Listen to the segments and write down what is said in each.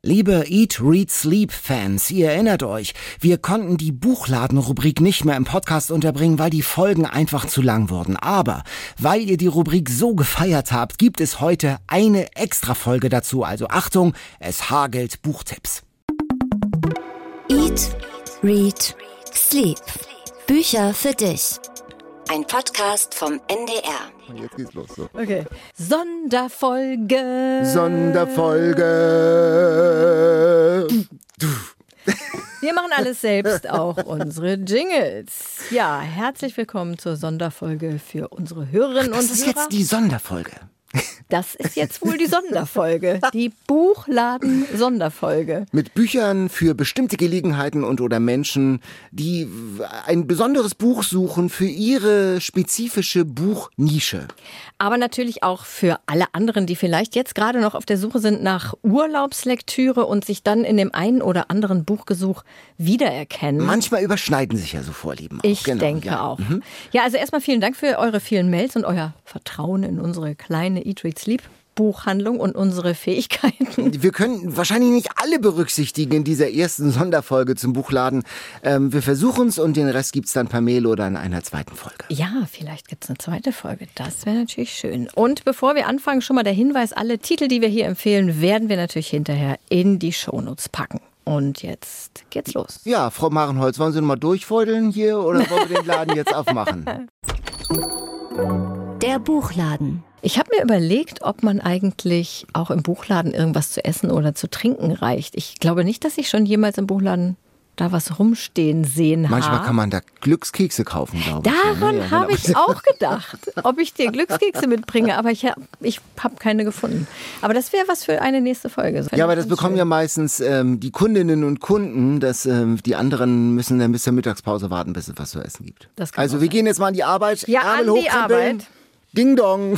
Liebe Eat, Read, Sleep-Fans, ihr erinnert euch, wir konnten die Buchladen-Rubrik nicht mehr im Podcast unterbringen, weil die Folgen einfach zu lang wurden. Aber weil ihr die Rubrik so gefeiert habt, gibt es heute eine Extra-Folge dazu. Also Achtung, es hagelt Buchtipps. Eat, Read, Sleep. Bücher für dich. Ein Podcast vom NDR. Und jetzt geht's los. So. Okay. Sonderfolge. Wir machen alles selbst, auch unsere Jingles. Ja, herzlich willkommen zur Sonderfolge für unsere Hörerinnen und Hörer. Das ist jetzt die Sonderfolge. Das ist jetzt wohl die Sonderfolge, die Buchladen-Sonderfolge. Mit Büchern für bestimmte Gelegenheiten und oder Menschen, die ein besonderes Buch suchen für ihre spezifische Buchnische. Aber natürlich auch für alle anderen, die vielleicht jetzt gerade noch auf der Suche sind nach Urlaubslektüre und sich dann in dem einen oder anderen Buchgesuch wiedererkennen. Manchmal überschneiden sich ja so Vorlieben auch. Ich Genau, denke ja. auch. Ja, also erstmal vielen Dank für eure vielen Mails und euer Vertrauen in unsere kleine Eat, Read, Sleep Buchhandlung und unsere Fähigkeiten. Wir können wahrscheinlich nicht alle berücksichtigen in dieser ersten Sonderfolge zum Buchladen. Wir versuchen es und den Rest gibt's dann per Mail oder in einer zweiten Folge. Ja, vielleicht gibt's eine zweite Folge. Das wäre natürlich schön. Und bevor wir anfangen, schon mal der Hinweis, alle Titel, die wir hier empfehlen, werden wir natürlich hinterher in die Shownotes packen. Und jetzt geht's los. Ja, Frau Marenholz, wollen Sie noch mal durchfeudeln hier oder wollen wir den Laden jetzt aufmachen? Der Buchladen. Ich habe mir überlegt, ob man eigentlich auch im Buchladen irgendwas zu essen oder zu trinken reicht. Ich glaube nicht, dass ich schon jemals im Buchladen da was rumstehen sehen habe. Manchmal kann man da Glückskekse kaufen, glaube ich. Daran habe ich auch gedacht, ob ich dir Glückskekse mitbringe, aber ich hab keine gefunden. Aber das wäre was für eine nächste Folge. Ja, aber das bekommen ja meistens die Kundinnen und Kunden, dass die anderen müssen dann bis zur Mittagspause warten, bis es was zu essen gibt. Also wir gehen jetzt mal an die Arbeit. Ja, an die Arbeit. Ding dong.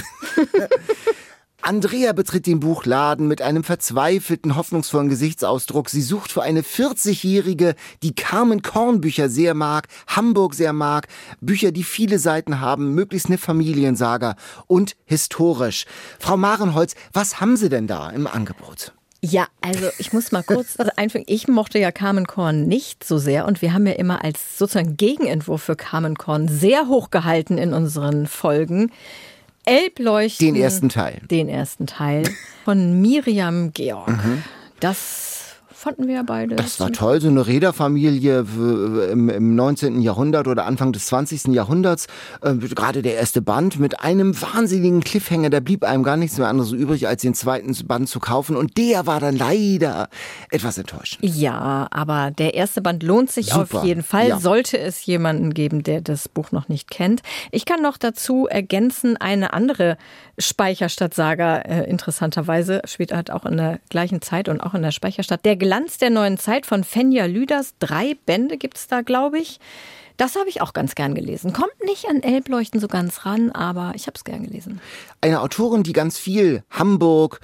Andrea betritt den Buchladen mit einem verzweifelten, hoffnungsvollen Gesichtsausdruck. Sie sucht für eine 40-Jährige, die Carmen Korn Bücher sehr mag, Hamburg sehr mag, Bücher, die viele Seiten haben, möglichst eine Familiensaga und historisch. Frau Marenholz, was haben Sie denn da im Angebot? Ja, also ich muss mal kurz einfügen, ich mochte ja Carmen Korn nicht so sehr und wir haben ja immer als sozusagen Gegenentwurf für Carmen Korn sehr hoch gehalten in unseren Folgen Elbleuchten. Den ersten Teil. Den ersten Teil von Miriam Georg. Das fanden wir ja beide. Das war toll, so eine Reederfamilie im 19. Jahrhundert oder Anfang des 20. Jahrhunderts. Gerade der erste Band mit einem wahnsinnigen Cliffhanger. Da blieb einem gar nichts mehr anderes übrig, als den zweiten Band zu kaufen. Und der war dann leider etwas enttäuschend. Ja, aber der erste Band lohnt sich Super. Auf jeden Fall. Ja. Sollte es jemanden geben, der das Buch noch nicht kennt. Ich kann noch dazu ergänzen, eine andere Speicherstadt-Saga, interessanterweise, spielt halt auch in der gleichen Zeit und auch in der Speicherstadt. Der Glanz der neuen Zeit von Fenja Lüders. 3 Bände gibt's da, glaube ich. Das habe ich auch ganz gern gelesen. Kommt nicht an Elbleuchten so ganz ran, aber ich habe es gern gelesen. Eine Autorin, die ganz viel Hamburg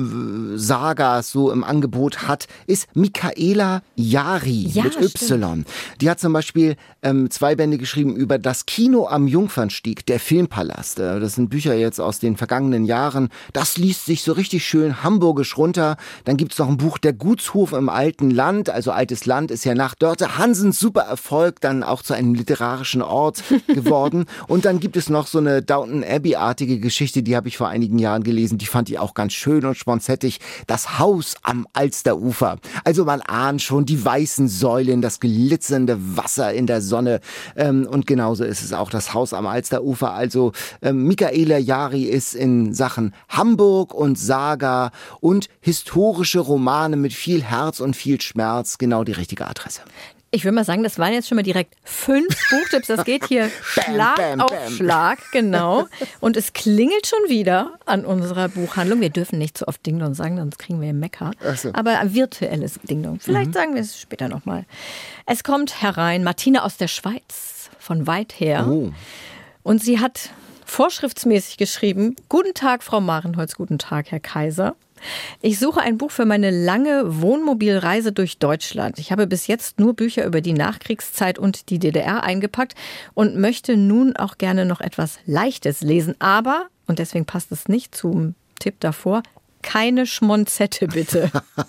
Sagas so im Angebot hat, ist Michaela Jari mit Y. Stimmt. Die hat zum Beispiel 2 Bände geschrieben über das Kino am Jungfernstieg, der Filmpalast. Das sind Bücher jetzt aus den vergangenen Jahren. Das liest sich so richtig schön hamburgisch runter. Dann gibt's noch ein Buch, Der Gutshof im alten Land. Also altes Land ist ja nach Dörte Hansens super Erfolg dann auch zu einem literarischen Ort geworden. Und dann gibt es noch so eine Downton Abbey-artige Geschichte, die habe ich vor einigen Jahren gelesen. Die fand ich auch ganz schön und schmonzettig. Das Haus am Alsterufer. Also man ahnt schon die weißen Säulen, das glitzernde Wasser in der Sonne. Und genauso ist es auch das Haus am Alsterufer. Also Michaela Jari ist in Sachen Hamburg und Saga und historische Romane mit viel Herz und viel Schmerz genau die richtige Adresse. Ich würde mal sagen, das waren jetzt schon mal direkt 5 Buchtipps. Das geht hier Schlag auf Schlag, genau. Und es klingelt schon wieder an unserer Buchhandlung. Wir dürfen nicht zu oft Ding-Dong sagen, sonst kriegen wir Mecker. Ach so. Aber ein virtuelles Ding-Dong. Vielleicht sagen wir es später nochmal. Es kommt herein Martina aus der Schweiz, von weit her. Oh. Und sie hat vorschriftsmäßig geschrieben: Guten Tag, Frau Marenholz, guten Tag, Herr Kaiser. Ich suche ein Buch für meine lange Wohnmobilreise durch Deutschland. Ich habe bis jetzt nur Bücher über die Nachkriegszeit und die DDR eingepackt und möchte nun auch gerne noch etwas Leichtes lesen. Aber, und deswegen passt es nicht zum Tipp davor, keine Schmonzette, bitte.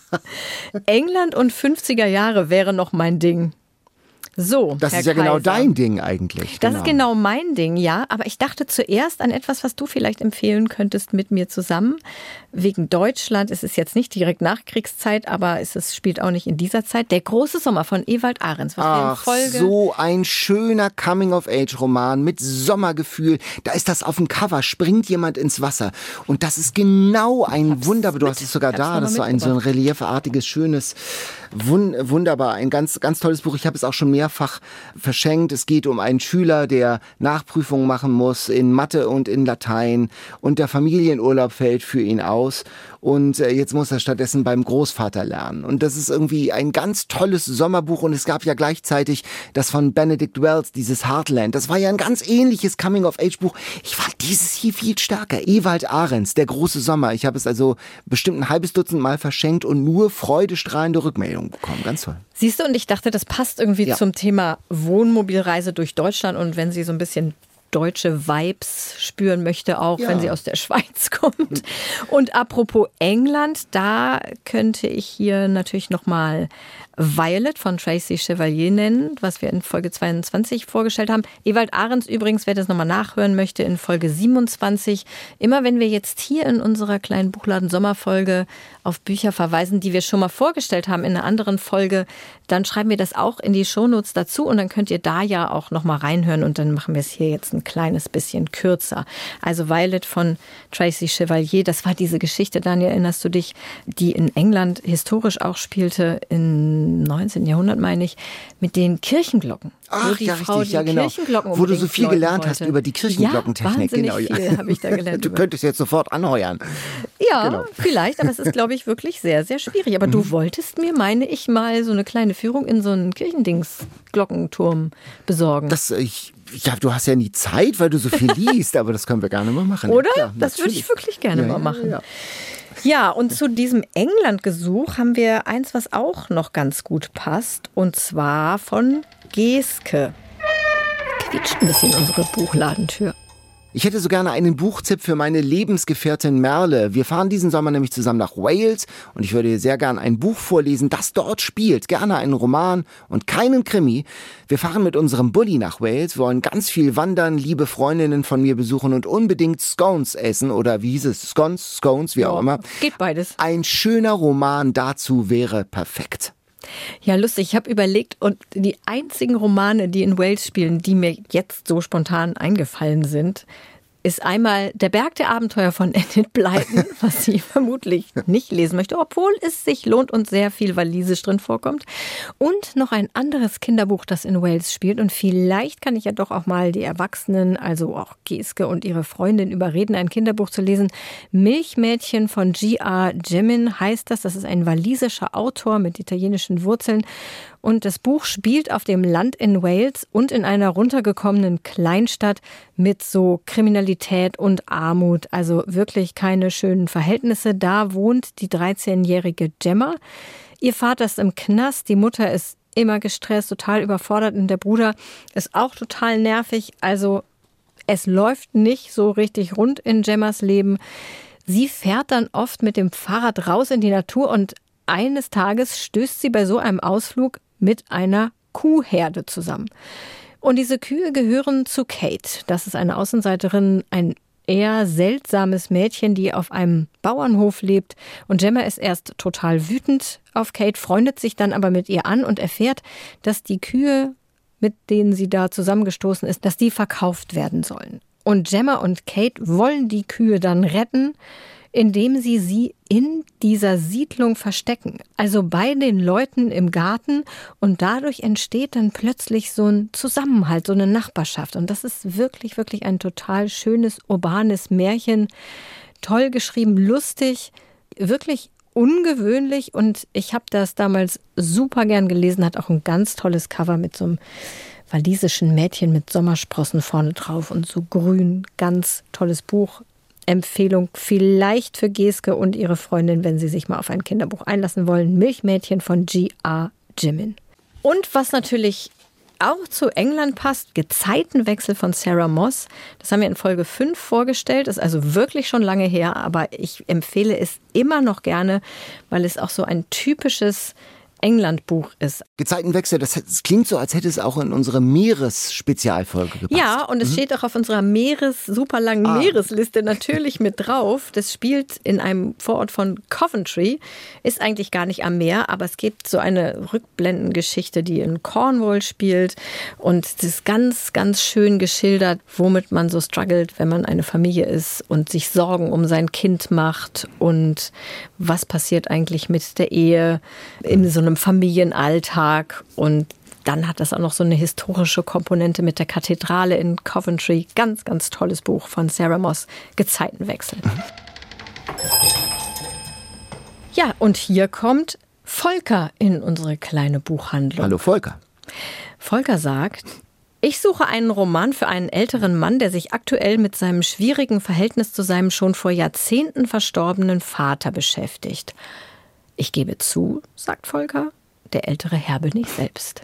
England und 50er Jahre wäre noch mein Ding. So, das Herr ist ja genau Kaiser. dein Ding eigentlich. Das ist genau mein Ding, ja. Aber ich dachte zuerst an etwas, was du vielleicht empfehlen könntest mit mir zusammen. Wegen Deutschland. Es ist jetzt nicht direkt Nachkriegszeit, aber es spielt auch nicht in dieser Zeit. Der große Sommer von Ewald Ahrens. Ach, so ein schöner Coming-of-Age-Roman mit Sommergefühl. Da ist das auf dem Cover, springt jemand ins Wasser. Und das ist genau ein Wunder. Du hast es sogar da. Das ist so ein reliefartiges, schönes, wunderbar. Ein ganz, ganz tolles Buch. Ich habe es auch schon mehrfach verschenkt. Es geht um einen Schüler, der Nachprüfungen machen muss in Mathe und in Latein. Und der Familienurlaub fällt für ihn aus. Und jetzt muss er stattdessen beim Großvater lernen. Und das ist irgendwie ein ganz tolles Sommerbuch. Und es gab ja gleichzeitig das von Benedict Wells, dieses Heartland. Das war ja ein ganz ähnliches Coming-of-Age-Buch. Ich fand dieses hier viel stärker. Ewald Ahrens, Der große Sommer. Ich habe es also bestimmt ein halbes Dutzend Mal verschenkt und nur freudestrahlende Rückmeldungen bekommen. Ganz toll. Siehst du, und ich dachte, das passt irgendwie zum Thema Wohnmobilreise durch Deutschland. Und wenn Sie so ein bisschen deutsche Vibes spüren möchte, auch wenn sie aus der Schweiz kommt. Und apropos England, da könnte ich hier natürlich nochmal Violet von Tracy Chevalier nennen, was wir in Folge 22 vorgestellt haben. Ewald Ahrens übrigens, wer das nochmal nachhören möchte, in Folge 27. Immer wenn wir jetzt hier in unserer kleinen Buchladen-Sommerfolge auf Bücher verweisen, die wir schon mal vorgestellt haben in einer anderen Folge, dann schreiben wir das auch in die Shownotes dazu und dann könnt ihr da ja auch nochmal reinhören und dann machen wir es hier jetzt ein kleines bisschen kürzer. Also Violet von Tracy Chevalier, das war diese Geschichte, Daniel, erinnerst du dich, die in England historisch auch spielte, im 19. Jahrhundert meine ich, mit den Kirchenglocken. Ach, ja, richtig, ja, genau. Wo du so viel gelernt hast über die Kirchenglockentechnik. Ja, wahnsinnig viel habe ich da gelernt. Du könntest jetzt sofort anheuern. Ja, vielleicht, aber es ist, glaube ich, wirklich sehr, sehr schwierig. Aber du wolltest mir, meine ich, mal so eine kleine Führung in so einen Kirchendings-Glockenturm besorgen. Du hast ja nie Zeit, weil du so viel liest, aber das können wir gerne mal machen. Oder? Ja, klar, das würde ich wirklich gerne mal machen. Ja. Ja, und zu diesem England-Gesuch haben wir eins, was auch noch ganz gut passt, und zwar von Geeske. Quietscht ein bisschen unsere Buchladentür. Ich hätte so gerne einen Buchtipp für meine Lebensgefährtin Merle. Wir fahren diesen Sommer nämlich zusammen nach Wales und ich würde ihr sehr gerne ein Buch vorlesen, das dort spielt. Gerne einen Roman und keinen Krimi. Wir fahren mit unserem Bulli nach Wales, wollen ganz viel wandern, liebe Freundinnen von mir besuchen und unbedingt Scones essen oder wie hieß es? Scones, wie auch immer. Geht beides. Ein schöner Roman dazu wäre perfekt. Ja, lustig. Ich habe überlegt und die einzigen Romane, die in Wales spielen, die mir jetzt so spontan eingefallen sind, ist einmal Der Berg der Abenteuer von Enid Blyton, was sie vermutlich nicht lesen möchte, obwohl es sich lohnt und sehr viel Walisisch drin vorkommt. Und noch ein anderes Kinderbuch, das in Wales spielt. Und vielleicht kann ich ja doch auch mal die Erwachsenen, also auch Geeske und ihre Freundin, überreden, ein Kinderbuch zu lesen. Milchmädchen von G.R. Jimin heißt das. Das ist ein walisischer Autor mit italienischen Wurzeln. Und das Buch spielt auf dem Land in Wales und in einer runtergekommenen Kleinstadt mit so Kriminalität und Armut. Also wirklich keine schönen Verhältnisse. Da wohnt die 13-jährige Gemma. Ihr Vater ist im Knast, die Mutter ist immer gestresst, total überfordert und der Bruder ist auch total nervig. Also es läuft nicht so richtig rund in Gemmas Leben. Sie fährt dann oft mit dem Fahrrad raus in die Natur und eines Tages stößt sie bei so einem Ausflug mit einer Kuhherde zusammen. Und diese Kühe gehören zu Kate. Das ist eine Außenseiterin, ein eher seltsames Mädchen, die auf einem Bauernhof lebt. Und Gemma ist erst total wütend auf Kate, freundet sich dann aber mit ihr an und erfährt, dass die Kühe, mit denen sie da zusammengestoßen ist, dass die verkauft werden sollen. Und Gemma und Kate wollen die Kühe dann retten, indem sie in dieser Siedlung verstecken. Also bei den Leuten im Garten. Und dadurch entsteht dann plötzlich so ein Zusammenhalt, so eine Nachbarschaft. Und das ist wirklich, wirklich ein total schönes, urbanes Märchen. Toll geschrieben, lustig, wirklich ungewöhnlich. Und ich habe das damals super gern gelesen. Hat auch ein ganz tolles Cover mit so einem walisischen Mädchen mit Sommersprossen vorne drauf und so grün. Ganz tolles Buch. Empfehlung vielleicht für Geeske und ihre Freundin, wenn sie sich mal auf ein Kinderbuch einlassen wollen. Milchmädchen von G.R. Jimin. Und was natürlich auch zu England passt, Gezeitenwechsel von Sarah Moss. Das haben wir in Folge 5 vorgestellt. Das ist also wirklich schon lange her, aber ich empfehle es immer noch gerne, weil es auch so ein typisches England-Buch ist. Gezeitenwechsel, das klingt so, als hätte es auch in unsere Meeresspezialfolge gepasst. Ja, und es steht auch auf unserer superlangen Meeresliste natürlich mit drauf. Das spielt in einem Vorort von Coventry, ist eigentlich gar nicht am Meer, aber es gibt so eine Rückblendengeschichte, die in Cornwall spielt und es ist ganz, ganz schön geschildert, womit man so struggelt, wenn man eine Familie ist und sich Sorgen um sein Kind macht und was passiert eigentlich mit der Ehe in so einem Familienalltag, und dann hat das auch noch so eine historische Komponente mit der Kathedrale in Coventry. Ganz, ganz tolles Buch von Sarah Moss, Gezeitenwechsel. Ja, und hier kommt Volker in unsere kleine Buchhandlung. Hallo Volker. Volker sagt: Ich suche einen Roman für einen älteren Mann, der sich aktuell mit seinem schwierigen Verhältnis zu seinem schon vor Jahrzehnten verstorbenen Vater beschäftigt. Ich gebe zu, sagt Volker, der ältere Herr bin ich selbst.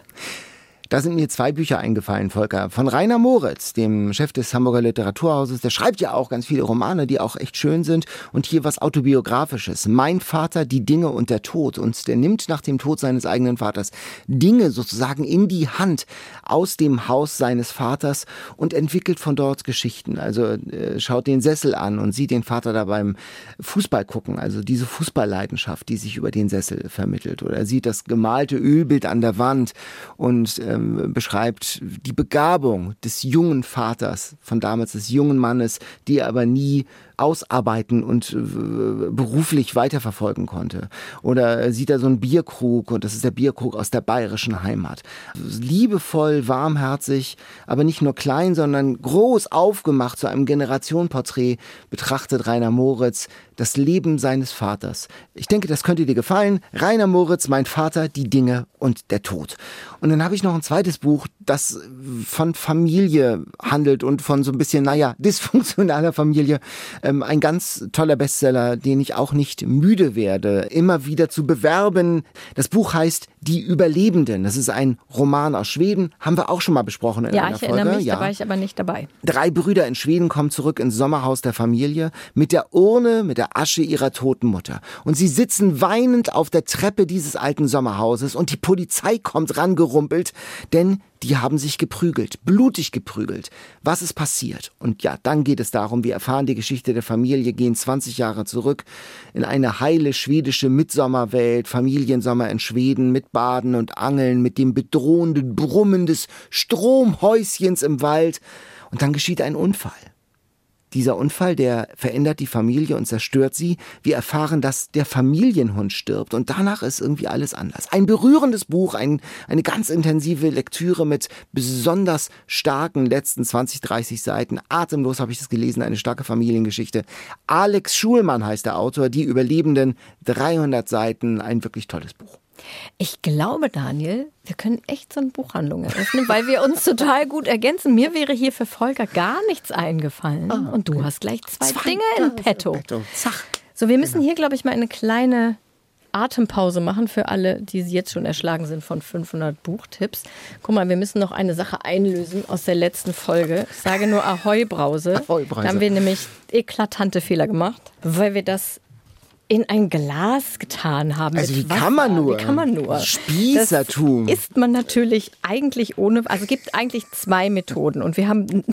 Da sind mir 2 Bücher eingefallen, Volker. Von Rainer Moritz, dem Chef des Hamburger Literaturhauses. Der schreibt ja auch ganz viele Romane, die auch echt schön sind. Und hier was Autobiografisches. Mein Vater, die Dinge und der Tod. Und der nimmt nach dem Tod seines eigenen Vaters Dinge sozusagen in die Hand aus dem Haus seines Vaters und entwickelt von dort Geschichten. Also schaut den Sessel an und sieht den Vater da beim Fußball gucken. Also diese Fußballleidenschaft, die sich über den Sessel vermittelt. Oder er sieht das gemalte Ölbild an der Wand und beschreibt die Begabung des jungen Vaters von damals, des jungen Mannes, die er aber nie ausarbeiten und beruflich weiterverfolgen konnte. Oder sieht er so einen Bierkrug, und das ist der Bierkrug aus der bayerischen Heimat. Liebevoll, warmherzig, aber nicht nur klein, sondern groß aufgemacht zu einem Generationenporträt betrachtet Rainer Moritz das Leben seines Vaters. Ich denke, das könnte dir gefallen. Rainer Moritz, Mein Vater, die Dinge und der Tod. Und dann habe ich noch ein zweites Buch, das von Familie handelt und von so ein bisschen, dysfunktionaler Familie. Ein ganz toller Bestseller, den ich auch nicht müde werde, immer wieder zu bewerben. Das Buch heißt Die Überlebenden. Das ist ein Roman aus Schweden. Haben wir auch schon mal besprochen in einer Folge. Ja, ich erinnere mich, da war ich aber nicht dabei. 3 Brüder in Schweden kommen zurück ins Sommerhaus der Familie mit der Urne, mit der Asche ihrer toten Mutter. Und sie sitzen weinend auf der Treppe dieses alten Sommerhauses und die Polizei kommt rangerumpelt, denn die haben sich geprügelt, blutig geprügelt. Was ist passiert? Und ja, dann geht es darum, wir erfahren die Geschichte der Familie, gehen 20 Jahre zurück in eine heile schwedische Mitsommerwelt, Familiensommer in Schweden mit Baden und Angeln, mit dem bedrohenden Brummen des Stromhäuschens im Wald. Und dann geschieht ein Unfall. Dieser Unfall, der verändert die Familie und zerstört sie. Wir erfahren, dass der Familienhund stirbt und danach ist irgendwie alles anders. Ein berührendes Buch, eine ganz intensive Lektüre mit besonders starken letzten 20, 30 Seiten. Atemlos habe ich das gelesen, eine starke Familiengeschichte. Alex Schulmann heißt der Autor, Die Überlebenden, 300 Seiten, ein wirklich tolles Buch. Ich glaube, Daniel, wir können echt so eine Buchhandlung eröffnen, weil wir uns total gut ergänzen. Mir wäre hier für Volker gar nichts eingefallen. Und du hast gleich zwei Dinge in petto. So, wir müssen hier, glaube ich, mal eine kleine Atempause machen für alle, die jetzt schon erschlagen sind von 500 Buchtipps. Guck mal, wir müssen noch eine Sache einlösen aus der letzten Folge. Ich sage nur Ahoi Brause. Ahoi Brause. Da haben wir nämlich eklatante Fehler gemacht, weil wir das in ein Glas getan haben. Also wie kann man nur? Wie kann man nur? Spießertum. Das isst man natürlich eigentlich ohne, also gibt eigentlich 2 Methoden. Und wir haben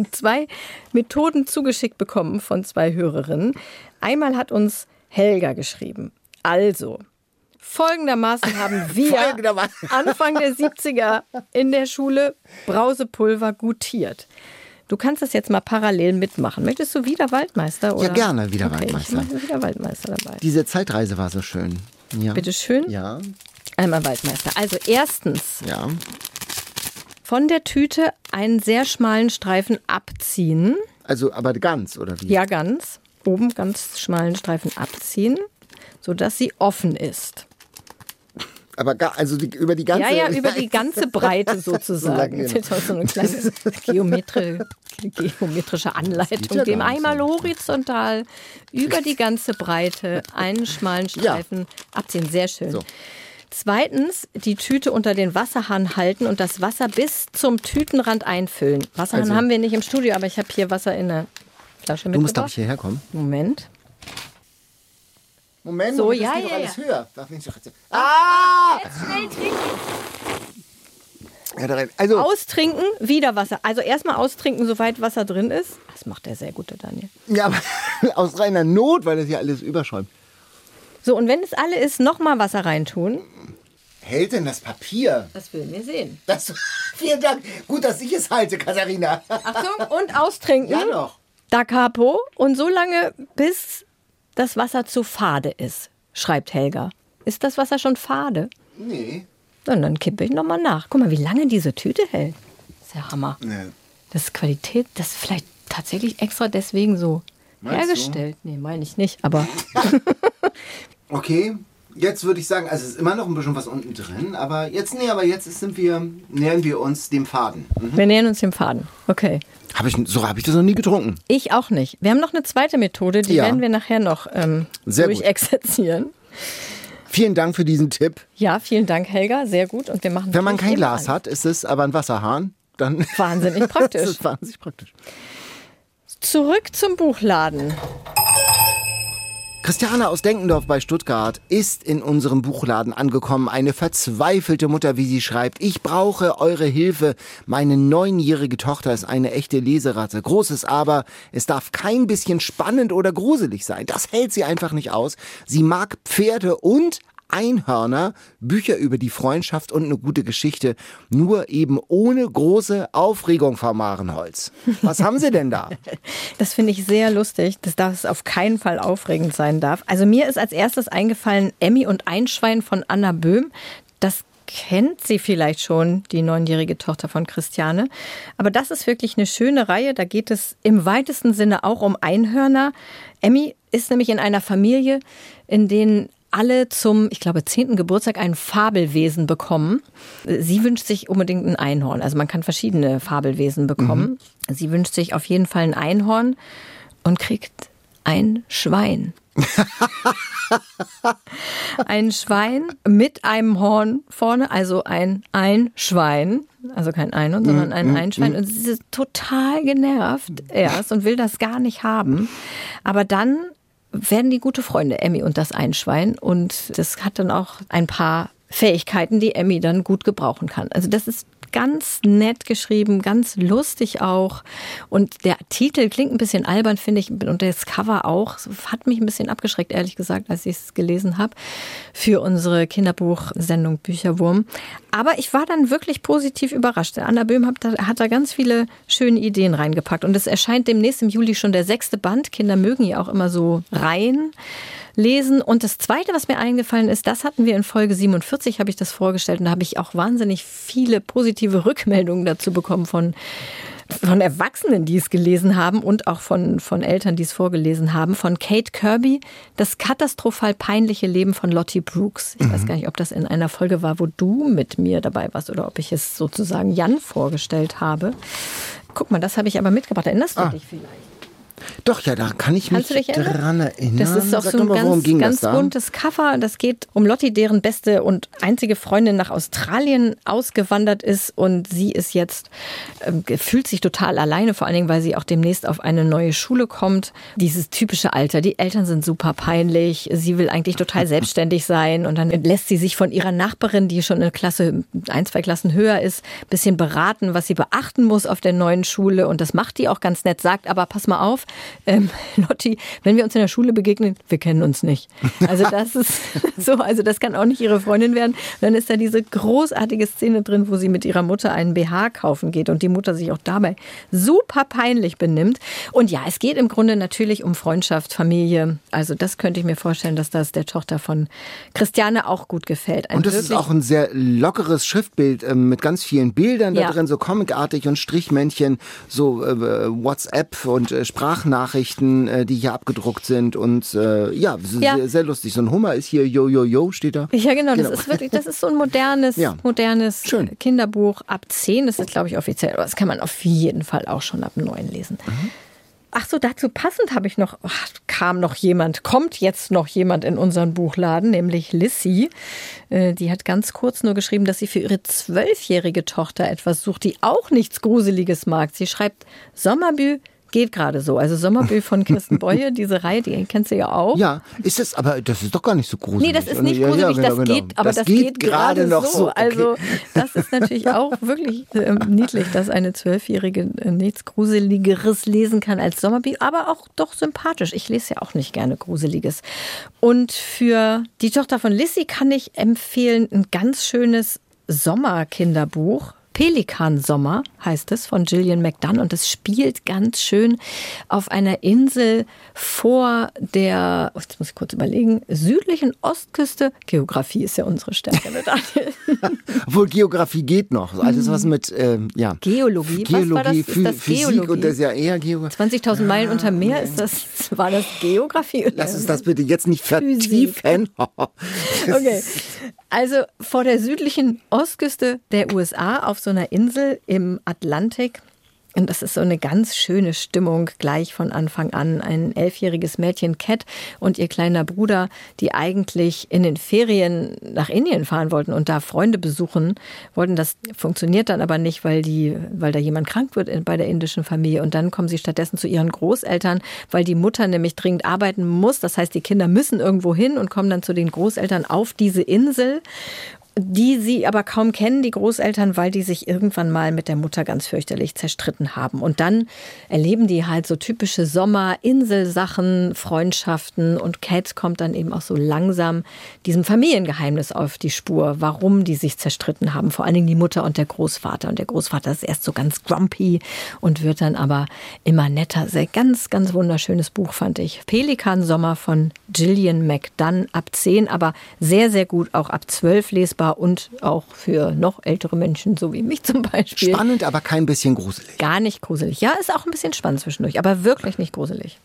2 Methoden zugeschickt bekommen von 2 Hörerinnen. Einmal hat uns Helga geschrieben. Also, folgendermaßen haben wir Anfang der 70er in der Schule Brausepulver gutiert. Du kannst das jetzt mal parallel mitmachen. Möchtest du wieder Waldmeister? Oder? Ja, gerne wieder Waldmeister. Ich mache wieder Waldmeister dabei. Diese Zeitreise war so schön. Ja. Bitte schön. Ja. Einmal Waldmeister. Also erstens, ja. Von der Tüte einen sehr schmalen Streifen abziehen. Also aber ganz, oder wie? Ja, ganz. Oben ganz schmalen Streifen abziehen, sodass sie offen ist. Aber über die ganze... Ja, über die ganze Breite sozusagen. Das ist auch so eine kleine geometrische Anleitung. Dem einmal horizontal über die ganze Breite einen schmalen Streifen abziehen. Sehr schön. So. Zweitens, die Tüte unter den Wasserhahn halten und das Wasser bis zum Tütenrand einfüllen. Wasserhahn haben wir nicht im Studio, aber ich habe hier Wasser in der Flasche mitgebracht. Du musst, glaube ich, hierher kommen. Moment. So, Moment, ja, ist doch alles höher. Darf nicht so jetzt. Jetzt schnell trinken. Ja, da rein. Also, Austrinken, wieder Wasser. Also erstmal austrinken, soweit Wasser drin ist. Das macht der sehr gut, der Daniel. ja, aber aus reiner Not, weil das hier alles überschäumt. So, und wenn es alle ist, nochmal Wasser reintun. Hält denn das Papier? Das will wir sehen. Vielen Dank. Gut, dass ich es halte, Katharina. Achtung, und austrinken. Ja, doch. Da capo. Und so lange, bis das Wasser zu fade ist, schreibt Helga. Ist das Wasser schon fade? Nee. Und dann kippe ich nochmal nach. Guck mal, wie lange diese Tüte hält. Das ist ja Hammer. Nee. Das ist Qualität, das ist vielleicht tatsächlich extra deswegen so Meinst hergestellt. Nee, meine ich nicht, aber Okay, jetzt würde ich sagen, also es ist immer noch ein bisschen was unten drin, aber jetzt nähern wir uns dem Faden. wir nähern uns dem Faden. Okay. So habe ich das noch nie getrunken. Ich auch nicht. Wir haben noch eine zweite Methode, die Ja. werden wir nachher noch Sehr gut. durchexerzieren. Vielen Dank für diesen Tipp. Ja, vielen Dank, Helga. Sehr gut. Und wir machen Wenn man natürlich kein immer Glas an. hat, ist es aber ein Wasserhahn, dann Wahnsinnig das praktisch. ist wahnsinnig praktisch. Zurück zum Buchladen. Christiane aus Denkendorf bei Stuttgart ist in unserem Buchladen angekommen. Eine verzweifelte Mutter, wie sie schreibt. Ich brauche eure Hilfe. Meine 9-jährige Tochter ist eine echte Leseratte. Großes Aber, es darf kein bisschen spannend oder gruselig sein. Das hält sie einfach nicht aus. Sie mag Pferde und Einhörner, Bücher über die Freundschaft und eine gute Geschichte, nur eben ohne große Aufregung, Frau Marenholz. Was haben Sie denn da? Das finde ich sehr lustig, dass es auf keinen Fall aufregend sein darf. Also mir ist als erstes eingefallen Emmy und Einschwein von Anna Böhm. Das kennt sie vielleicht schon, die 9-jährige Tochter von Christiane. Aber das ist wirklich eine schöne Reihe. Da geht es im weitesten Sinne auch um Einhörner. Emmy ist nämlich in einer Familie, in denen alle zum, ich glaube, 10. Geburtstag ein Fabelwesen bekommen. Sie wünscht sich unbedingt ein Einhorn. Also man kann verschiedene Fabelwesen bekommen. Sie wünscht sich auf jeden Fall ein Einhorn und kriegt ein Schwein. Ein Schwein mit einem Horn vorne, also ein Einschwein. Also kein Einhorn, sondern ein Einschwein. Und sie ist total genervt erst und will das gar nicht haben. Aber dann werden die gute Freunde, Emmy und das Einschwein. Und das hat dann auch ein paar Fähigkeiten, die Emmy dann gut gebrauchen kann. Also das ist ganz nett geschrieben, ganz lustig auch. Und der Titel klingt ein bisschen albern, finde ich. Und das Cover auch. Hat mich ein bisschen abgeschreckt, ehrlich gesagt, als ich es gelesen habe. Für unsere Kinderbuchsendung Bücherwurm. Aber ich war dann wirklich positiv überrascht. Anna Böhm hat da ganz viele schöne Ideen reingepackt. Und es erscheint demnächst im Juli schon der 6. Band. Kinder mögen ja auch immer so Reihen lesen. Und das Zweite, was mir eingefallen ist, das hatten wir in Folge 47, habe ich das vorgestellt. Und da habe ich auch wahnsinnig viele positive Rückmeldungen dazu bekommen von Erwachsenen, die es gelesen haben und auch von Eltern, die es vorgelesen haben. Von Kate Kirby, das katastrophal peinliche Leben von Lottie Brooks. Ich weiß gar nicht, ob das in einer Folge war, wo du mit mir dabei warst oder ob ich es sozusagen Jan vorgestellt habe. Guck mal, das habe ich aber mitgebracht. Erinnerst du dich vielleicht? Doch, ja, da kann ich mich dran erinnern. Das ist auch Sag so ein mal, ganz buntes Cover. Das geht um Lottie, deren beste und einzige Freundin nach Australien ausgewandert ist. Und sie ist jetzt, fühlt sich total alleine, vor allen Dingen, weil sie auch demnächst auf eine neue Schule kommt. Dieses typische Alter, die Eltern sind super peinlich. Sie will eigentlich total selbstständig sein. Und dann lässt sie sich von ihrer Nachbarin, die schon eine Klasse, 1, 2 Klassen höher ist, ein bisschen beraten, was sie beachten muss auf der neuen Schule. Und das macht die auch ganz nett, sagt aber, pass mal auf, Lottie, wenn wir uns in der Schule begegnen, wir kennen uns nicht. Also das ist so, also das kann auch nicht ihre Freundin werden. Und dann ist da diese großartige Szene drin, wo sie mit ihrer Mutter einen BH kaufen geht und die Mutter sich auch dabei super peinlich benimmt. Und ja, es geht im Grunde natürlich um Freundschaft, Familie. Also das könnte ich mir vorstellen, dass das der Tochter von Christiane auch gut gefällt. Und das ist auch ein sehr lockeres Schriftbild mit ganz vielen Bildern da drin, so comicartig und Strichmännchen, so WhatsApp und Sprachnachrichten, die hier abgedruckt sind und sehr, sehr lustig. So ein Hummer ist hier, yo, steht da. Ja, genau. Das ist wirklich, das ist so ein modernes Kinderbuch ab 10. Das ist, glaube ich, offiziell, aber das kann man auf jeden Fall auch schon ab 9 lesen. Ach so, dazu passend habe ich noch, kommt jetzt noch jemand in unseren Buchladen, nämlich Lissy. Die hat ganz kurz nur geschrieben, dass sie für ihre 12-jährige Tochter etwas sucht, die auch nichts Gruseliges mag. Sie schreibt, Sommerbü geht gerade so. Also Sommerbü von Kirsten Boye, diese Reihe, die kennst du ja auch. Ja, aber das ist doch gar nicht so gruselig. Nee, das ist nicht gruselig, das geht gerade noch so. Okay. Also das ist natürlich auch wirklich niedlich, dass eine 12-Jährige nichts Gruseligeres lesen kann als Sommerbü, aber auch doch sympathisch. Ich lese ja auch nicht gerne Gruseliges. Und für die Tochter von Lissy kann ich empfehlen, ein ganz schönes Sommerkinderbuch. Pelikansommer heißt es, von Gillian McDunn, und es spielt ganz schön auf einer Insel vor der, jetzt muss ich kurz überlegen, südlichen Ostküste. Geografie ist ja unsere Stärke, ne, Daniel? Obwohl Geografie geht noch. Alles was mit Geologie. Was war das? Ist das Physik Geologie? Und das ist ja eher Geografie. 20.000 Meilen unter Meer, war das Geografie? Lass uns das bitte jetzt nicht vertiefen. Okay. Also vor der südlichen Ostküste der USA auf so einer Insel im Atlantik. Und das ist so eine ganz schöne Stimmung gleich von Anfang an. Ein 11-jähriges Mädchen, Cat, und ihr kleiner Bruder, die eigentlich in den Ferien nach Indien fahren wollten und da Freunde besuchen wollten. Das funktioniert dann aber nicht, weil da jemand krank wird bei der indischen Familie. Und dann kommen sie stattdessen zu ihren Großeltern, weil die Mutter nämlich dringend arbeiten muss. Das heißt, die Kinder müssen irgendwo hin und kommen dann zu den Großeltern auf diese Insel, die sie aber kaum kennen, die Großeltern, weil die sich irgendwann mal mit der Mutter ganz fürchterlich zerstritten haben. Und dann erleben die halt so typische Sommer-Inselsachen, Freundschaften, und Cat kommt dann eben auch so langsam diesem Familiengeheimnis auf die Spur, warum die sich zerstritten haben. Vor allen Dingen die Mutter und der Großvater. Und der Großvater ist erst so ganz grumpy und wird dann aber immer netter. Sehr ganz, ganz wunderschönes Buch, fand ich. Pelikansommer von Gillian McDunn, ab 10, aber sehr, sehr gut auch ab 12 lesbar. Und auch für noch ältere Menschen, so wie mich zum Beispiel. Spannend, aber kein bisschen gruselig. Gar nicht gruselig. Ja, ist auch ein bisschen spannend zwischendurch, aber wirklich nicht gruselig.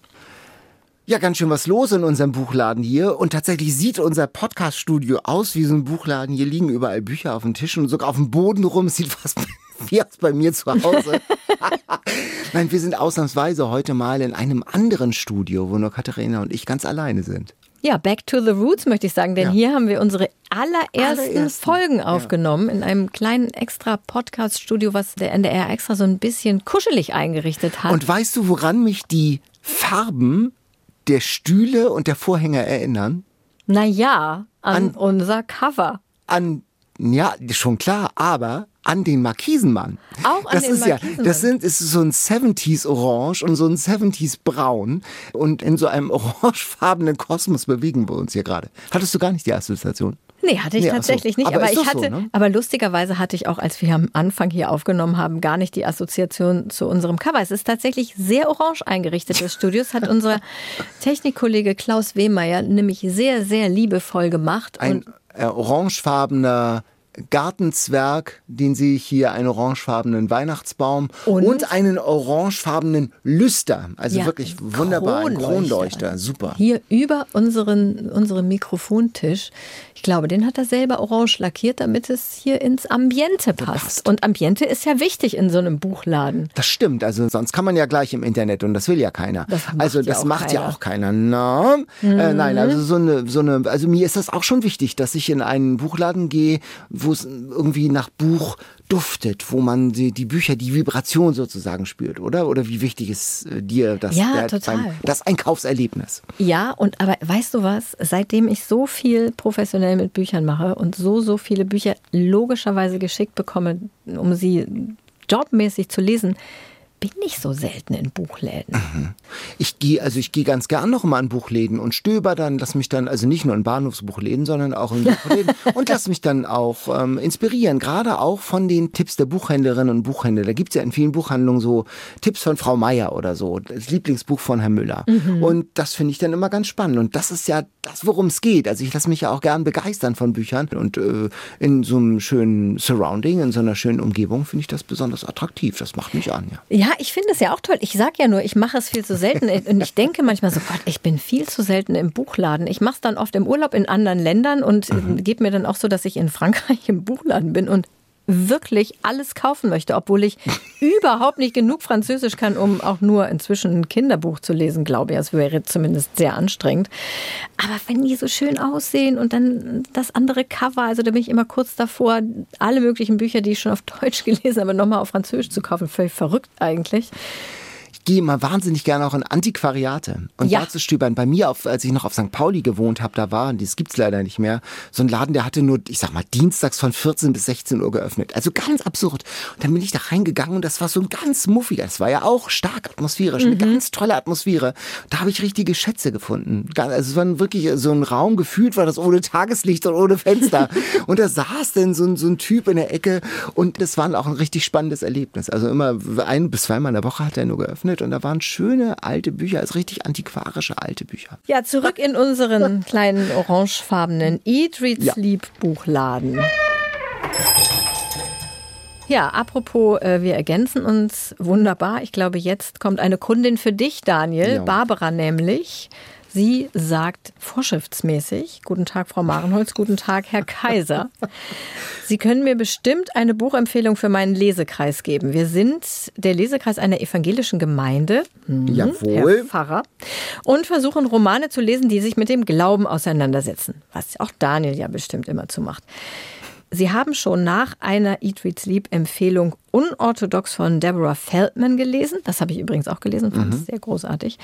Ja, ganz schön was los in unserem Buchladen hier. Und tatsächlich sieht unser Podcast-Studio aus wie so ein Buchladen. Hier liegen überall Bücher auf dem Tisch und sogar auf dem Boden rum. Es sieht fast wie aus bei mir zu Hause. Nein, wir sind ausnahmsweise heute mal in einem anderen Studio, wo nur Katharina und ich ganz alleine sind. Ja, back to the roots, möchte ich sagen, denn hier haben wir unsere allerersten Folgen aufgenommen in einem kleinen extra Podcast-Studio, was der NDR extra so ein bisschen kuschelig eingerichtet hat. Und weißt du, woran mich die Farben der Stühle und der Vorhänge erinnern? Naja, an unser Cover. Ja, schon klar, aber an den Markisenmann. Auch an den Markisenmann. Ist so ein 70s Orange und so ein 70s Braun. Und in so einem orangefarbenen Kosmos bewegen wir uns hier gerade. Hattest du gar nicht die Assoziation? Nee, hatte ich tatsächlich nicht. Aber ich hatte, so, ne? Aber lustigerweise hatte ich auch, als wir am Anfang hier aufgenommen haben, gar nicht die Assoziation zu unserem Cover. Es ist tatsächlich sehr orange eingerichtet, das Studio. Das hat unser Technikkollege Klaus Wehmeier nämlich sehr, sehr liebevoll gemacht. Ein orangefarbener Gartenzwerg, den sehe ich hier, einen orangefarbenen Weihnachtsbaum und einen orangefarbenen Lüster. Also wirklich wunderbar, ein Kronleuchter, super. Hier über unserem Mikrofontisch. Ich glaube, den hat er selber orange lackiert, damit es hier ins Ambiente passt. Und Ambiente ist ja wichtig in so einem Buchladen. Das stimmt, also sonst kann man ja gleich im Internet und das will ja keiner. Das macht ja auch keiner. No. Nein, also also mir ist das auch schon wichtig, dass ich in einen Buchladen gehe, wo es irgendwie nach Buch duftet, wo man die Bücher, die Vibration sozusagen spürt, oder? Oder wie wichtig ist dir das Einkaufserlebnis? Ja, aber weißt du was? Seitdem ich so viel professionell mit Büchern mache und so viele Bücher logischerweise geschickt bekomme, um sie jobmäßig zu lesen, bin ich so selten in Buchläden. Ich gehe ganz gern noch mal in Buchläden und stöber dann, lass mich dann, also nicht nur in Bahnhofsbuchläden, sondern auch in Buchläden und lass mich dann auch inspirieren, gerade auch von den Tipps der Buchhändlerinnen und Buchhändler. Da gibt es ja in vielen Buchhandlungen so Tipps von Frau Meier oder so, das Lieblingsbuch von Herrn Müller. Und das finde ich dann immer ganz spannend und das ist ja das, worum es geht. Also ich lasse mich ja auch gern begeistern von Büchern und in so einem schönen Surrounding, in so einer schönen Umgebung finde ich das besonders attraktiv. Das macht mich an, Ja, ich finde es ja auch toll. Ich sage ja nur, ich mache es viel zu selten. Und ich denke manchmal so, Gott, ich bin viel zu selten im Buchladen. Ich mache es dann oft im Urlaub in anderen Ländern und gebe mir dann auch so, dass ich in Frankreich im Buchladen bin und wirklich alles kaufen möchte, obwohl ich überhaupt nicht genug Französisch kann, um auch nur inzwischen ein Kinderbuch zu lesen, glaube ich. Das wäre zumindest sehr anstrengend. Aber wenn die so schön aussehen und dann das andere Cover, also da bin ich immer kurz davor, alle möglichen Bücher, die ich schon auf Deutsch gelesen habe, nochmal auf Französisch zu kaufen. Völlig verrückt eigentlich. Ich gehe immer wahnsinnig gerne auch in Antiquariate und da zu stöbern. Bei mir, als ich noch auf St. Pauli gewohnt habe, da war, das gibt's leider nicht mehr, so ein Laden, der hatte nur, ich sag mal, dienstags von 14 bis 16 Uhr geöffnet. Also ganz absurd. Und dann bin ich da reingegangen und das war so ein ganz muffiger, das war ja auch stark atmosphärisch, eine ganz tolle Atmosphäre. Da habe ich richtige Schätze gefunden. Also es war wirklich so ein Raum, gefühlt war das ohne Tageslicht und ohne Fenster. Und da saß dann so ein Typ in der Ecke und das war auch ein richtig spannendes Erlebnis. Also immer 1 bis 2 Mal in der Woche hat er nur geöffnet. Und da waren schöne alte Bücher, also richtig antiquarische alte Bücher. Ja, zurück in unseren kleinen orangefarbenen Eat, Read, Sleep Buchladen. Ja, apropos, wir ergänzen uns wunderbar. Ich glaube, jetzt kommt eine Kundin für dich, Daniel, Barbara nämlich. Sie sagt vorschriftsmäßig, guten Tag, Frau Marenholz, guten Tag, Herr Kaiser. Sie können mir bestimmt eine Buchempfehlung für meinen Lesekreis geben. Wir sind der Lesekreis einer evangelischen Gemeinde, Jawohl. Herr Pfarrer, und versuchen Romane zu lesen, die sich mit dem Glauben auseinandersetzen, was auch Daniel ja bestimmt immer zu macht. Sie haben schon nach einer Eat, Read, Sleep Empfehlung Unorthodox von Deborah Feldman gelesen. Das habe ich übrigens auch gelesen, fand es sehr großartig.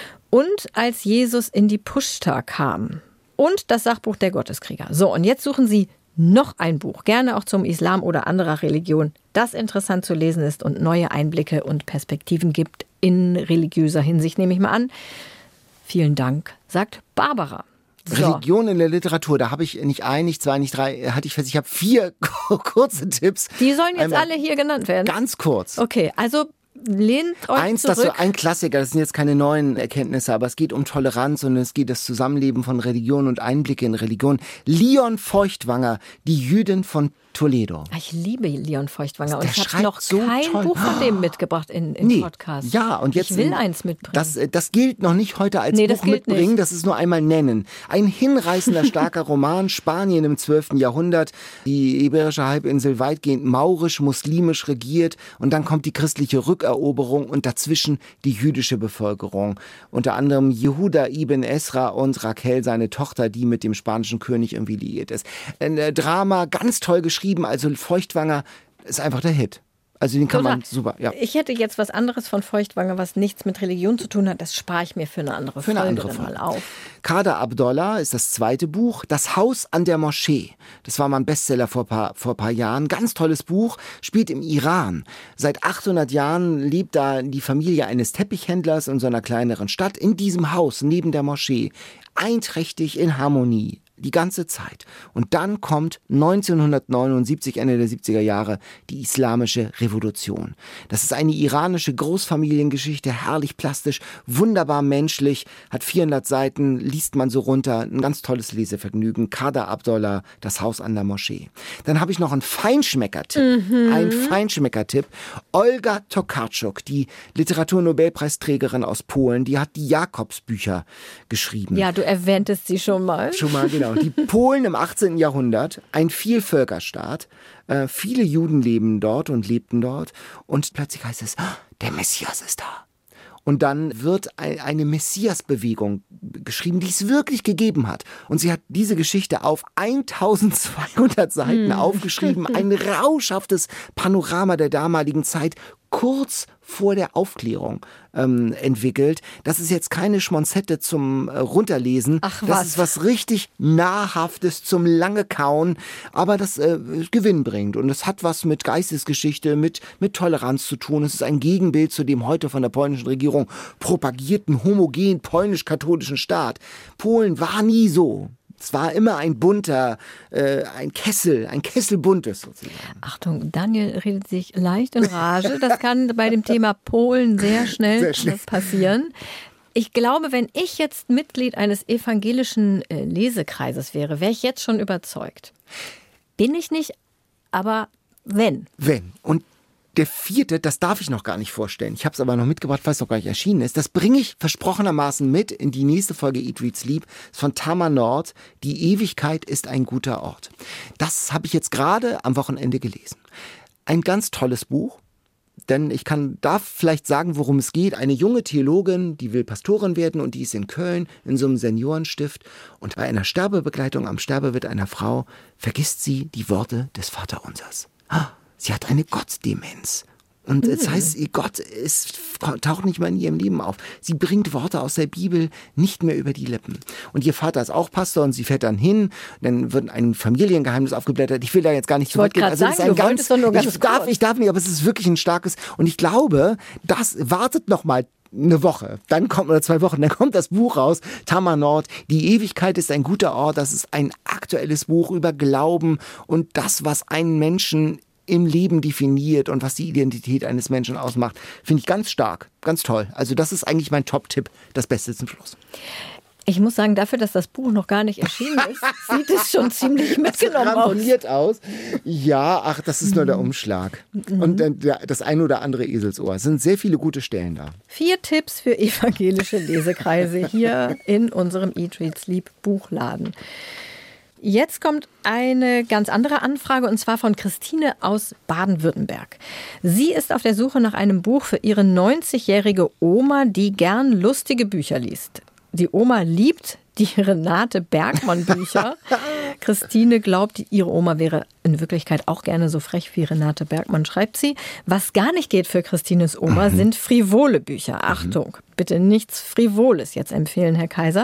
Und als Jesus in die Pushta kam. Und das Sachbuch der Gotteskrieger. So, und jetzt suchen Sie noch ein Buch, gerne auch zum Islam oder anderer Religion, das interessant zu lesen ist und neue Einblicke und Perspektiven gibt in religiöser Hinsicht, nehme ich mal an. Vielen Dank, sagt Barbara. So. Religion in der Literatur, da habe ich nicht 1, nicht 2, nicht 3, hatte ich fest, ich habe 4 kurze Tipps. Die sollen jetzt alle hier genannt werden? Ganz kurz. Okay, also lehnt euch zurück. Ein Klassiker, das sind jetzt keine neuen Erkenntnisse, aber es geht um Toleranz und es geht das Zusammenleben von Religion und Einblicke in Religion. Leon Feuchtwanger, die Jüdin von Toledo. Ich liebe Leon Feuchtwanger und Der ich habe schreibt noch so kein toll. Buch von dem mitgebracht in Podcast. Ja, und jetzt ich will eins mitbringen. Das gilt noch nicht heute als Buch mitbringen, nicht. Das ist nur einmal nennen. Ein hinreißender, starker Roman, Spanien im 12. Jahrhundert, die iberische Halbinsel weitgehend maurisch-muslimisch regiert und dann kommt die christliche Rückeroberung und dazwischen die jüdische Bevölkerung. Unter anderem Jehuda ibn Esra und Raquel, seine Tochter, die mit dem spanischen König irgendwie liiert ist. Ein Drama, ganz toll geschrieben, also Feuchtwanger ist einfach der Hit. Also den kann man super, ja. Ich hätte jetzt was anderes von Feuchtwanger, was nichts mit Religion zu tun hat. Das spare ich mir für eine andere Folge mal auf. Kader Abdollah ist das zweite Buch. Das Haus an der Moschee. Das war mal ein Bestseller vor ein paar Jahren. Ganz tolles Buch. Spielt im Iran. Seit 800 Jahren lebt da die Familie eines Teppichhändlers in so einer kleineren Stadt. In diesem Haus neben der Moschee. Einträchtig in Harmonie. Die ganze Zeit. Und dann kommt 1979, Ende der 70er Jahre, die Islamische Revolution. Das ist eine iranische Großfamiliengeschichte, herrlich plastisch, wunderbar menschlich, hat 400 Seiten, liest man so runter, ein ganz tolles Lesevergnügen. Kader Abdollah, das Haus an der Moschee. Dann habe ich noch einen Feinschmecker-Tipp. Ein Feinschmecker-Tipp. Olga Tokarczuk, die Literaturnobelpreisträgerin aus Polen, die hat die Jakobsbücher geschrieben. Ja, du erwähntest sie schon mal. Schon mal, genau. Die Polen im 18. Jahrhundert, ein Vielvölkerstaat. Viele Juden leben dort und lebten dort. Und plötzlich heißt es, der Messias ist da. Und dann wird eine Messias-Bewegung geschrieben, die es wirklich gegeben hat. Und sie hat diese Geschichte auf 1200 Seiten aufgeschrieben. Ein rauschhaftes Panorama der damaligen Zeit, kurz vor der Aufklärung entwickelt. Das ist jetzt keine Schmonzette zum Runterlesen. Ach, das ist was richtig Nahrhaftes zum lange Kauen, aber das Gewinn bringt. Und es hat was mit Geistesgeschichte, mit Toleranz zu tun. Es ist ein Gegenbild zu dem heute von der polnischen Regierung propagierten homogen polnisch-katholischen Staat. Polen war nie so. Es war immer ein bunter, ein Kessel buntes sozusagen. Achtung, Daniel redet sich leicht in Rage. Das kann bei dem Thema Polen sehr schnell passieren. Ich glaube, wenn ich jetzt Mitglied eines evangelischen Lesekreises wäre, wäre ich jetzt schon überzeugt. Bin ich nicht, aber wenn. Wenn. Und der 4., das darf ich noch gar nicht vorstellen. Ich habe es aber noch mitgebracht, weil es noch gar nicht erschienen ist. Das bringe ich versprochenermaßen mit in die nächste Folge Eat, Read, Sleep. Das ist von Tamar Nord. Die Ewigkeit ist ein guter Ort. Das habe ich jetzt gerade am Wochenende gelesen. ein ganz tolles Buch. Denn ich darf vielleicht sagen, worum es geht. Eine junge Theologin, die will Pastorin werden und die ist in Köln in so einem Seniorenstift. Und bei einer Sterbebegleitung am Sterbebett einer Frau vergisst sie die Worte des Vaterunsers. Sie hat eine Gottdemenz. Und das heißt, Gott taucht nicht mehr in ihrem Leben auf. Sie bringt Worte aus der Bibel nicht mehr über die Lippen. Und ihr Vater ist auch Pastor und sie fährt dann hin. Dann wird ein Familiengeheimnis aufgeblättert. Ich will da jetzt gar nicht zurückgehen. Ich wollte gerade sagen, ich darf nicht, aber es ist wirklich ein starkes. Und ich glaube, das wartet noch mal eine Woche, oder 2 Wochen, dann kommt das Buch raus, Tamar Nord, Die Ewigkeit ist ein guter Ort. Das ist ein aktuelles Buch über Glauben und das, was einen Menschen im Leben definiert und was die Identität eines Menschen ausmacht, finde ich ganz stark, ganz toll. Also das ist eigentlich mein Top-Tipp, das Beste zum Schluss. Ich muss sagen, dafür, dass das Buch noch gar nicht erschienen ist, sieht es schon ziemlich mitgenommen aus. Ja, das ist nur der Umschlag. Und das ein oder andere Eselsohr. Es sind sehr viele gute Stellen da. 4 Tipps für evangelische Lesekreise hier in unserem Eat, Read, Sleep Buchladen. Jetzt kommt eine ganz andere Anfrage und zwar von Christine aus Baden-Württemberg. Sie ist auf der Suche nach einem Buch für ihre 90-jährige Oma, die gern lustige Bücher liest. Die Oma liebt die Renate Bergmann-Bücher. Christine glaubt, ihre Oma wäre in Wirklichkeit auch gerne so frech wie Renate Bergmann, schreibt sie. Was gar nicht geht für Christines Oma, sind frivole Bücher. Achtung, bitte nichts Frivoles jetzt empfehlen, Herr Kaiser.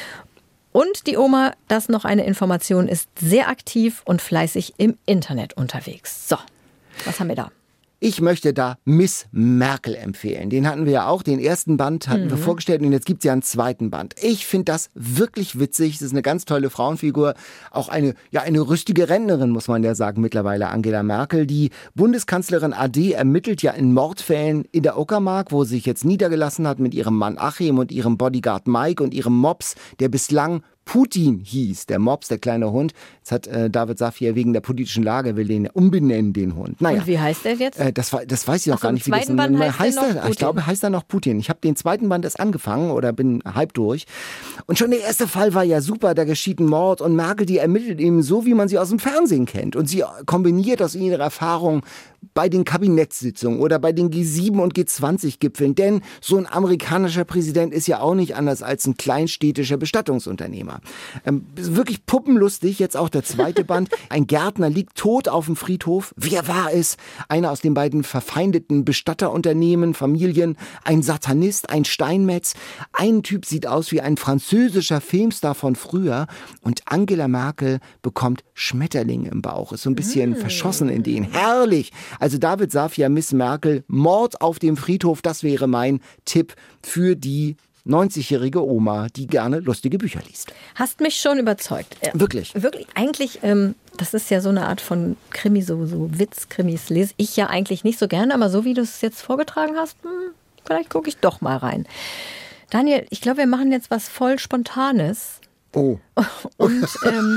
Und die Oma, das noch eine Information, ist sehr aktiv und fleißig im Internet unterwegs. So, was haben wir da? Ich möchte da Miss Merkel empfehlen. Den hatten wir ja auch, den ersten Band hatten wir vorgestellt und jetzt gibt es ja einen zweiten Band. Ich finde das wirklich witzig. Es ist eine ganz tolle Frauenfigur. Auch eine rüstige Rentnerin, muss man ja sagen, mittlerweile Angela Merkel. Die Bundeskanzlerin AD ermittelt ja in Mordfällen in der Uckermark, wo sie sich jetzt niedergelassen hat mit ihrem Mann Achim und ihrem Bodyguard Mike und ihrem Mops, der bislang Putin hieß, der Mops, der kleine Hund. Jetzt hat David Safir wegen der politischen Lage will den umbenennen, den Hund. Naja. Und wie heißt der jetzt? Das weiß ich auch gar nicht. Im zweiten Band heißt er noch Putin. Ich glaube, heißt er noch Putin. Ich habe den zweiten Band erst angefangen oder bin halb durch. Und schon der erste Fall war ja super, da geschieht ein Mord und Merkel, die ermittelt eben so, wie man sie aus dem Fernsehen kennt. Und sie kombiniert aus ihrer Erfahrung bei den Kabinettssitzungen oder bei den G7 und G20-Gipfeln. Denn so ein amerikanischer Präsident ist ja auch nicht anders als ein kleinstädtischer Bestattungsunternehmer. Wirklich puppenlustig, jetzt auch der zweite Band. Ein Gärtner liegt tot auf dem Friedhof. Wer war es? Einer aus den beiden verfeindeten Bestatterunternehmen, Familien, ein Satanist, ein Steinmetz. Ein Typ sieht aus wie ein französischer Filmstar von früher. Und Angela Merkel bekommt Schmetterlinge im Bauch. Ist so ein bisschen verschossen in den. Herrlich! Also David Safir, Miss Merkel, Mord auf dem Friedhof, das wäre mein Tipp für die 90-jährige Oma, die gerne lustige Bücher liest. Hast mich schon überzeugt. Wirklich? Wirklich, eigentlich, das ist ja so eine Art von Krimi, so Witzkrimis lese ich ja eigentlich nicht so gerne, aber so wie du es jetzt vorgetragen hast, vielleicht gucke ich doch mal rein. Daniel, ich glaube, wir machen jetzt was voll Spontanes. Oh. Und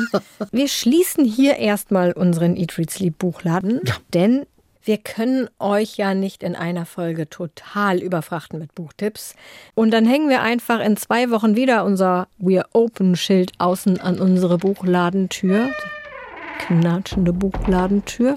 wir schließen hier erstmal unseren Eat, Read, Sleep Buchladen, denn wir können euch ja nicht in einer Folge total überfrachten mit Buchtipps. Und dann hängen wir einfach in 2 Wochen wieder unser We're Open-Schild außen an unsere Buchladentür. Knatschende Buchladentür.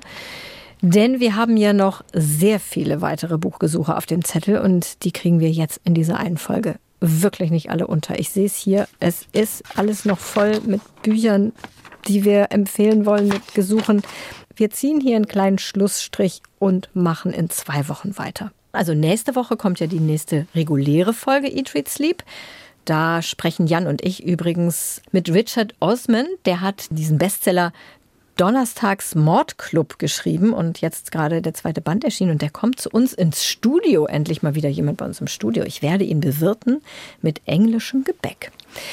Denn wir haben ja noch sehr viele weitere Buchgesuche auf dem Zettel und die kriegen wir jetzt in dieser einen Folge wirklich nicht alle unter. Ich sehe es hier, es ist alles noch voll mit Büchern, die wir empfehlen wollen, mit Gesuchen. Wir ziehen hier einen kleinen Schlussstrich und machen in 2 Wochen weiter. Also nächste Woche kommt ja die nächste reguläre Folge Eat, Read, Sleep. Da sprechen Jan und ich übrigens mit Richard Osman. Der hat diesen Bestseller Donnerstags Mordclub geschrieben und jetzt gerade der 2. Band erschienen. Und der kommt zu uns ins Studio. Endlich mal wieder jemand bei uns im Studio. Ich werde ihn bewirten mit englischem Gebäck.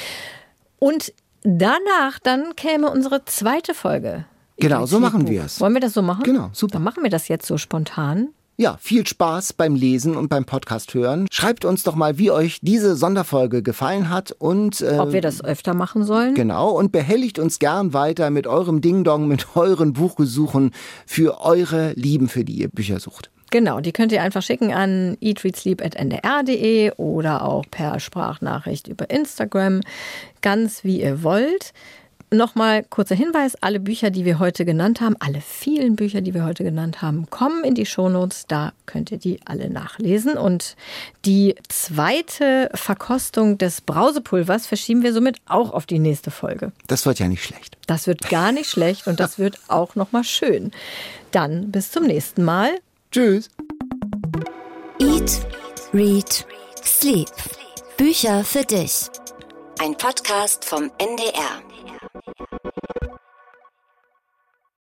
Und danach dann käme unsere 2. Folge. Genau, so machen wir es. Wollen wir das so machen? Genau, super. Dann machen wir das jetzt so spontan. Ja, viel Spaß beim Lesen und beim Podcast hören. Schreibt uns doch mal, wie euch diese Sonderfolge gefallen hat und ob wir das öfter machen sollen. Genau, und behelligt uns gern weiter mit eurem Ding-Dong, mit euren Buchgesuchen für eure Lieben, für die ihr Bücher sucht. Genau, die könnt ihr einfach schicken an eatreadsleep@ndr.de oder auch per Sprachnachricht über Instagram, ganz wie ihr wollt. nochmal kurzer Hinweis, alle Bücher, die wir heute genannt haben, alle vielen Bücher, die wir heute genannt haben, kommen in die Shownotes, da könnt ihr die alle nachlesen. Und die zweite Verkostung des Brausepulvers verschieben wir somit auch auf die nächste Folge. Das wird ja nicht schlecht. Das wird gar nicht schlecht und das wird auch nochmal schön. Dann bis zum nächsten Mal. Tschüss. Eat, Read, Sleep. Bücher für dich. Ein Podcast vom NDR.